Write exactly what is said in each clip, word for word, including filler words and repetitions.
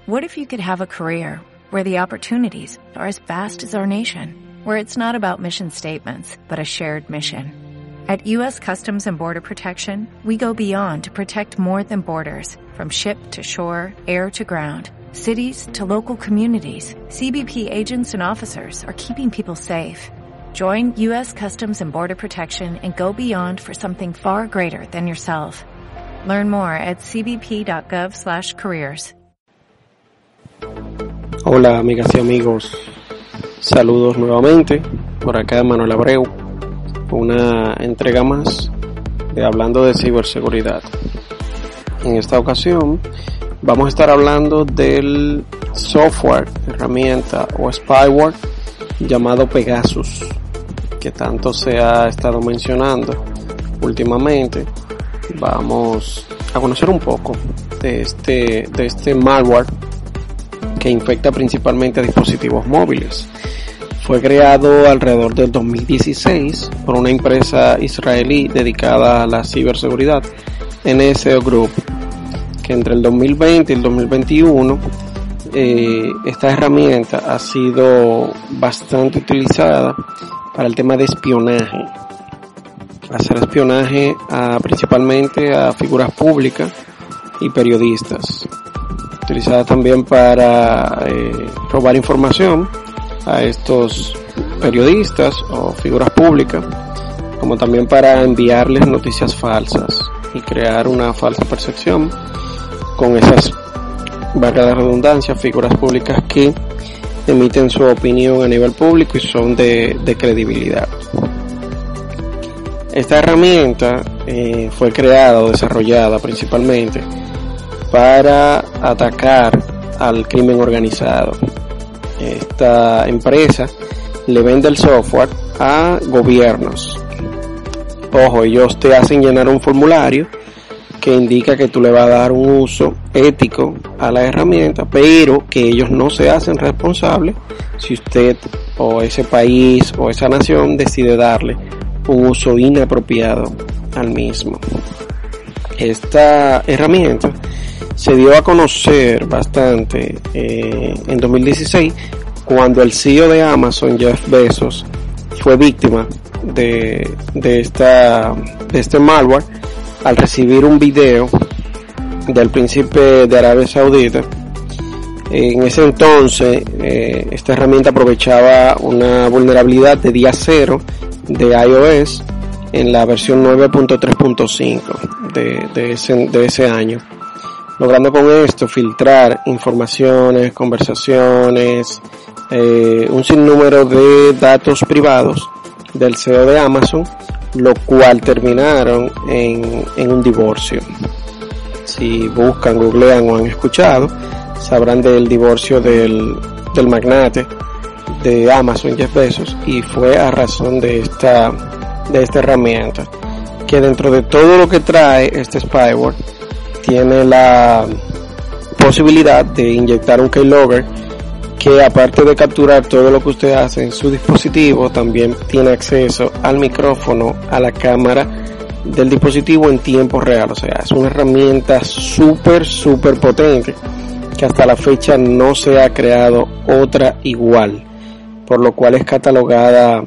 What if you could have a career where the opportunities are as vast as our nation, where it's not about mission statements, but a shared mission? At U S Customs and Border Protection, we go beyond to protect more than borders, from ship to shore, air to ground, cities to local communities. C B P agents and officers are keeping people safe. Join U S Customs and Border Protection and go beyond for something far greater than yourself. Learn more at c b p dot gov slash careers. Hola amigas y amigos, saludos nuevamente, por acá Manuel Abreu, una entrega más de Hablando de Ciberseguridad. En esta ocasión vamos a estar hablando del software, herramienta o spyware llamado Pegasus, que tanto se ha estado mencionando últimamente. Vamos a conocer un poco de este, de este malware que infecta principalmente a dispositivos móviles. Fue creado alrededor del dos mil dieciséis por una empresa israelí dedicada a la ciberseguridad, N S O Group, que entre el dos mil veinte y el dos mil veintiuno eh, esta herramienta ha sido bastante utilizada para el tema de espionaje, hacer espionaje a, principalmente a figuras públicas y periodistas, utilizada también para eh, robar información a estos periodistas o figuras públicas, como también para enviarles noticias falsas y crear una falsa percepción con esas, valga la redundancia, figuras públicas que emiten su opinión a nivel público y son de, de credibilidad. Esta herramienta eh, fue creada o desarrollada principalmente para atacar al crimen organizado. Esta empresa le vende el software a gobiernos. Ojo, ellos te hacen llenar un formulario que indica que tú le vas a dar un uso ético a la herramienta, pero que ellos no se hacen responsables si usted o ese país o esa nación decide darle un uso inapropiado al mismo. Esta herramienta se dio a conocer bastante eh, en dos mil dieciséis, cuando el C E O de Amazon, Jeff Bezos, fue víctima de, de, esta, de este malware al recibir un video del príncipe de Arabia Saudita. En ese entonces, eh, esta herramienta aprovechaba una vulnerabilidad de día cero de iOS en la versión nueve punto tres punto cinco de, de, ese, de ese año, logrando con esto filtrar informaciones, conversaciones, eh, un sinnúmero de datos privados del C E O de Amazon, lo cual terminaron en, en un divorcio. Si buscan, googlean o han escuchado, sabrán del divorcio del, del magnate de Amazon, Jeff Bezos, y fue a razón de esta, de esta herramienta, que dentro de todo lo que trae este spyware, tiene la posibilidad de inyectar un keylogger que, aparte de capturar todo lo que usted hace en su dispositivo, también tiene acceso al micrófono, a la cámara del dispositivo en tiempo real. O sea, es una herramienta súper, súper potente que hasta la fecha no se ha creado otra igual, por lo cual es catalogada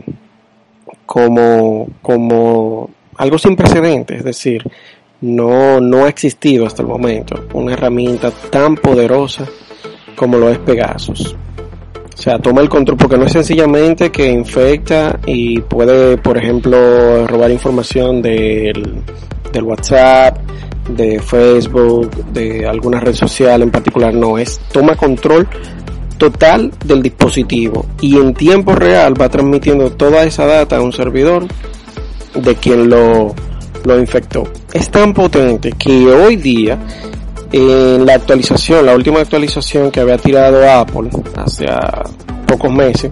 como, como algo sin precedentes. Es decir, No, no ha existido hasta el momento una herramienta tan poderosa como lo es Pegasus. O sea, toma el control, porque no es sencillamente que infecta y puede, por ejemplo, robar información del, del WhatsApp, de Facebook, de alguna red social en particular. No, es toma control total del dispositivo y en tiempo real va transmitiendo toda esa data a un servidor de quien lo lo infectó. Es tan potente que hoy día, en la actualización, la última actualización que había tirado Apple hace pocos meses,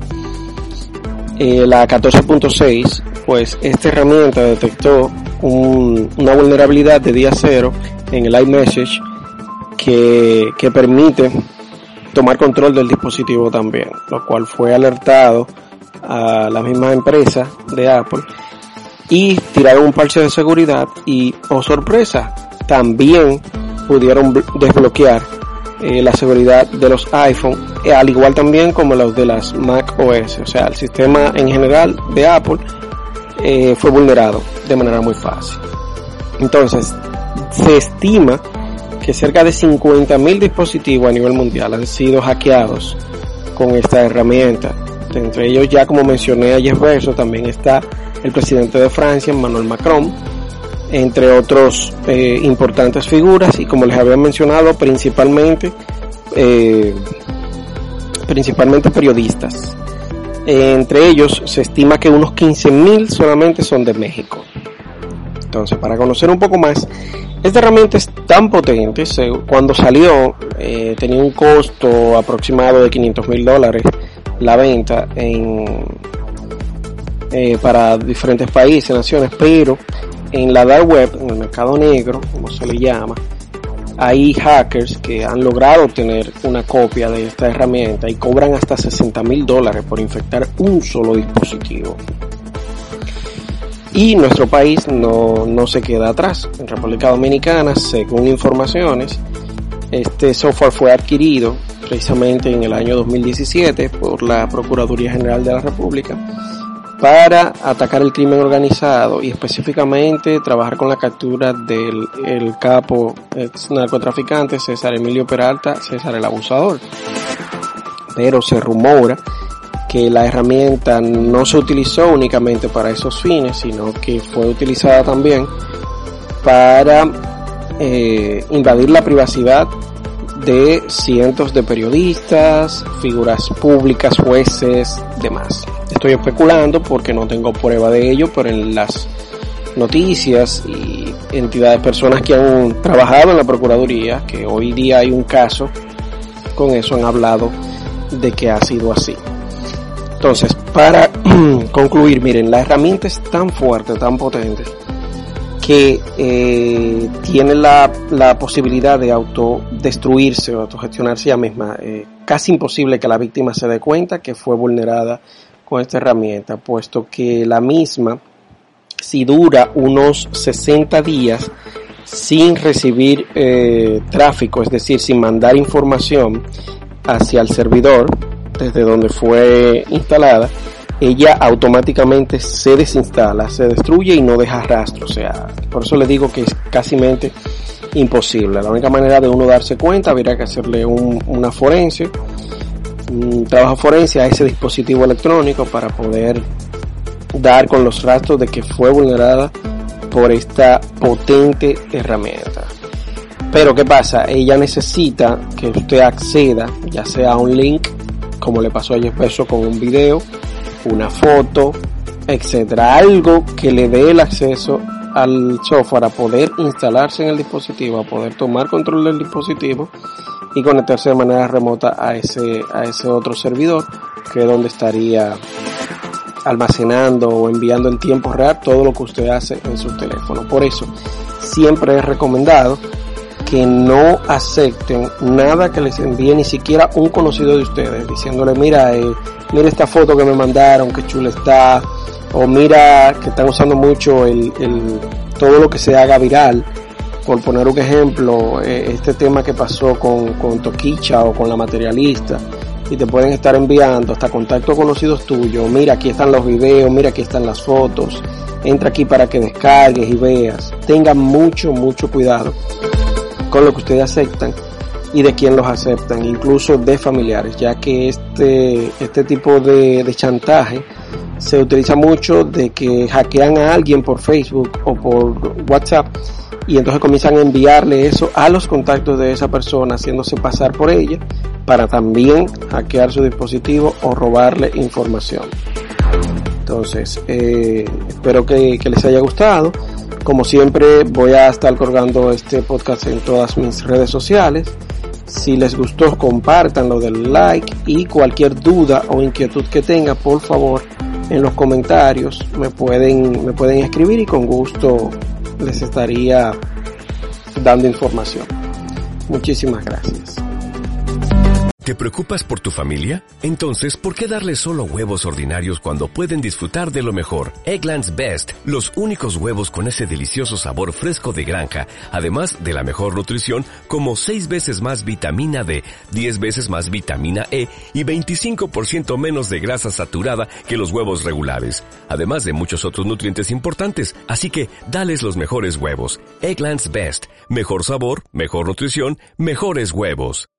eh, la catorce punto seis, pues esta herramienta detectó un, una vulnerabilidad de día cero en el iMessage que, que permite tomar control del dispositivo también, lo cual fue alertado a la misma empresa de Apple y tiraron un parche de seguridad y, oh sorpresa, también pudieron desbloquear eh, la seguridad de los iPhone, eh, al igual también como los de las Mac O S. O sea, el sistema en general de Apple eh, fue vulnerado de manera muy fácil. Entonces, se estima que cerca de cincuenta mil dispositivos a nivel mundial han sido hackeados con esta herramienta. Entre ellos, ya como mencioné a Jeff Bezos, también está el presidente de Francia, Emmanuel Macron, entre otros eh, importantes figuras, y como les había mencionado, principalmente eh, principalmente periodistas. Eh, entre ellos se estima que unos quince mil solamente son de México. Entonces, para conocer un poco más, esta herramienta es tan potente. Se, cuando salió eh, tenía un costo aproximado de quinientos mil dólares la venta en, eh, para diferentes países, naciones, pero en la dark web, en el mercado negro, como se le llama, hay hackers que han logrado obtener una copia de esta herramienta y cobran hasta sesenta mil dólares por infectar un solo dispositivo. Y nuestro país no, no se queda atrás. En República Dominicana, según informaciones, este software fue adquirido precisamente en el año dos mil diecisiete por la Procuraduría General de la República para atacar el crimen organizado y específicamente trabajar con la captura del el capo ex narcotraficante César Emilio Peralta, César el Abusador. Pero se rumora que la herramienta no se utilizó únicamente para esos fines, sino que fue utilizada también para eh, invadir la privacidad de cientos de periodistas, figuras públicas, jueces, demás. Estoy especulando porque no tengo prueba de ello, pero en las noticias y entidades, personas que han trabajado en la Procuraduría, que hoy día hay un caso con eso, han hablado de que ha sido así. Entonces, para concluir, miren, la herramienta es tan fuerte, tan potente, que eh, tiene la, la posibilidad de autodestruirse o autogestionarse ella misma. Eh, casi imposible que la víctima se dé cuenta que fue vulnerada con esta herramienta, puesto que la misma, si dura unos sesenta días sin recibir eh, tráfico, es decir, sin mandar información hacia el servidor desde donde fue instalada, ella automáticamente se desinstala, se destruye y no deja rastro. O sea, por eso le digo que es casi imposible. La única manera de uno darse cuenta, habría que hacerle un, una forense, un trabajo forense a ese dispositivo electrónico para poder dar con los rastros de que fue vulnerada por esta potente herramienta. Pero ¿qué pasa? Ella necesita que usted acceda, ya sea a un link, como le pasó a Jeff Bezos con un video, una foto, etcétera, algo que le dé el acceso al software a poder instalarse en el dispositivo, a poder tomar control del dispositivo y conectarse de manera remota a ese a ese otro servidor, que es donde estaría almacenando o enviando en tiempo real todo lo que usted hace en su teléfono. Por eso siempre es recomendado que no acepten nada que les envíe ni siquiera un conocido de ustedes, diciéndole, mira, eh, mira esta foto que me mandaron, qué chula está, o mira que están usando mucho el, el todo lo que se haga viral. Por poner un ejemplo, eh, este tema que pasó con, con Toquicha o con La Materialista, y te pueden estar enviando hasta contactos conocidos tuyos, mira aquí están los videos, mira aquí están las fotos, entra aquí para que descargues y veas. Tengan mucho, mucho cuidado con lo que ustedes aceptan y de quién los aceptan, incluso de familiares, ya que este este tipo de, de chantaje se utiliza mucho, de que hackean a alguien por Facebook o por WhatsApp y entonces comienzan a enviarle eso a los contactos de esa persona, haciéndose pasar por ella para también hackear su dispositivo o robarle información. Entonces, eh, espero que, que les haya gustado. Como siempre, voy a estar colgando este podcast en todas mis redes sociales. Si les gustó, compártanlo, denle like, y cualquier duda o inquietud que tenga, por favor, en los comentarios me pueden, me pueden escribir y con gusto les estaría dando información. Muchísimas gracias. ¿Te preocupas por tu familia? Entonces, ¿por qué darles solo huevos ordinarios cuando pueden disfrutar de lo mejor? Eggland's Best, los únicos huevos con ese delicioso sabor fresco de granja, además de la mejor nutrición, como seis veces más vitamina D, diez veces más vitamina E y veinticinco por ciento menos de grasa saturada que los huevos regulares, además de muchos otros nutrientes importantes. Así que, dales los mejores huevos. Eggland's Best, mejor sabor, mejor nutrición, mejores huevos.